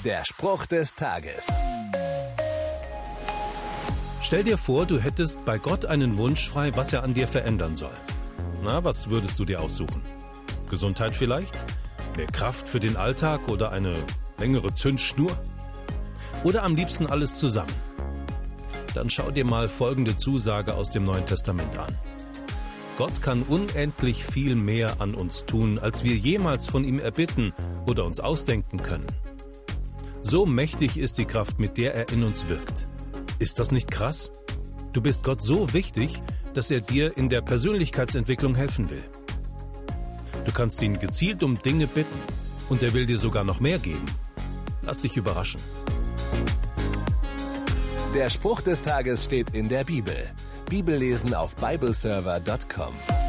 Der Spruch des Tages. Stell dir vor, du hättest bei Gott einen Wunsch frei, was er an dir verändern soll. Na, was würdest du dir aussuchen? Gesundheit vielleicht? Mehr Kraft für den Alltag oder eine längere Zündschnur? Oder am liebsten alles zusammen? Dann schau dir mal folgende Zusage aus dem Neuen Testament an. Gott kann unendlich viel mehr an uns tun, als wir jemals von ihm erbitten oder uns ausdenken können. So mächtig ist die Kraft, mit der er in uns wirkt. Ist das nicht krass? Du bist Gott so wichtig, dass er dir in der Persönlichkeitsentwicklung helfen will. Du kannst ihn gezielt um Dinge bitten und er will dir sogar noch mehr geben. Lass dich überraschen. Der Spruch des Tages steht in der Bibel. Bibellesen auf bibleserver.com.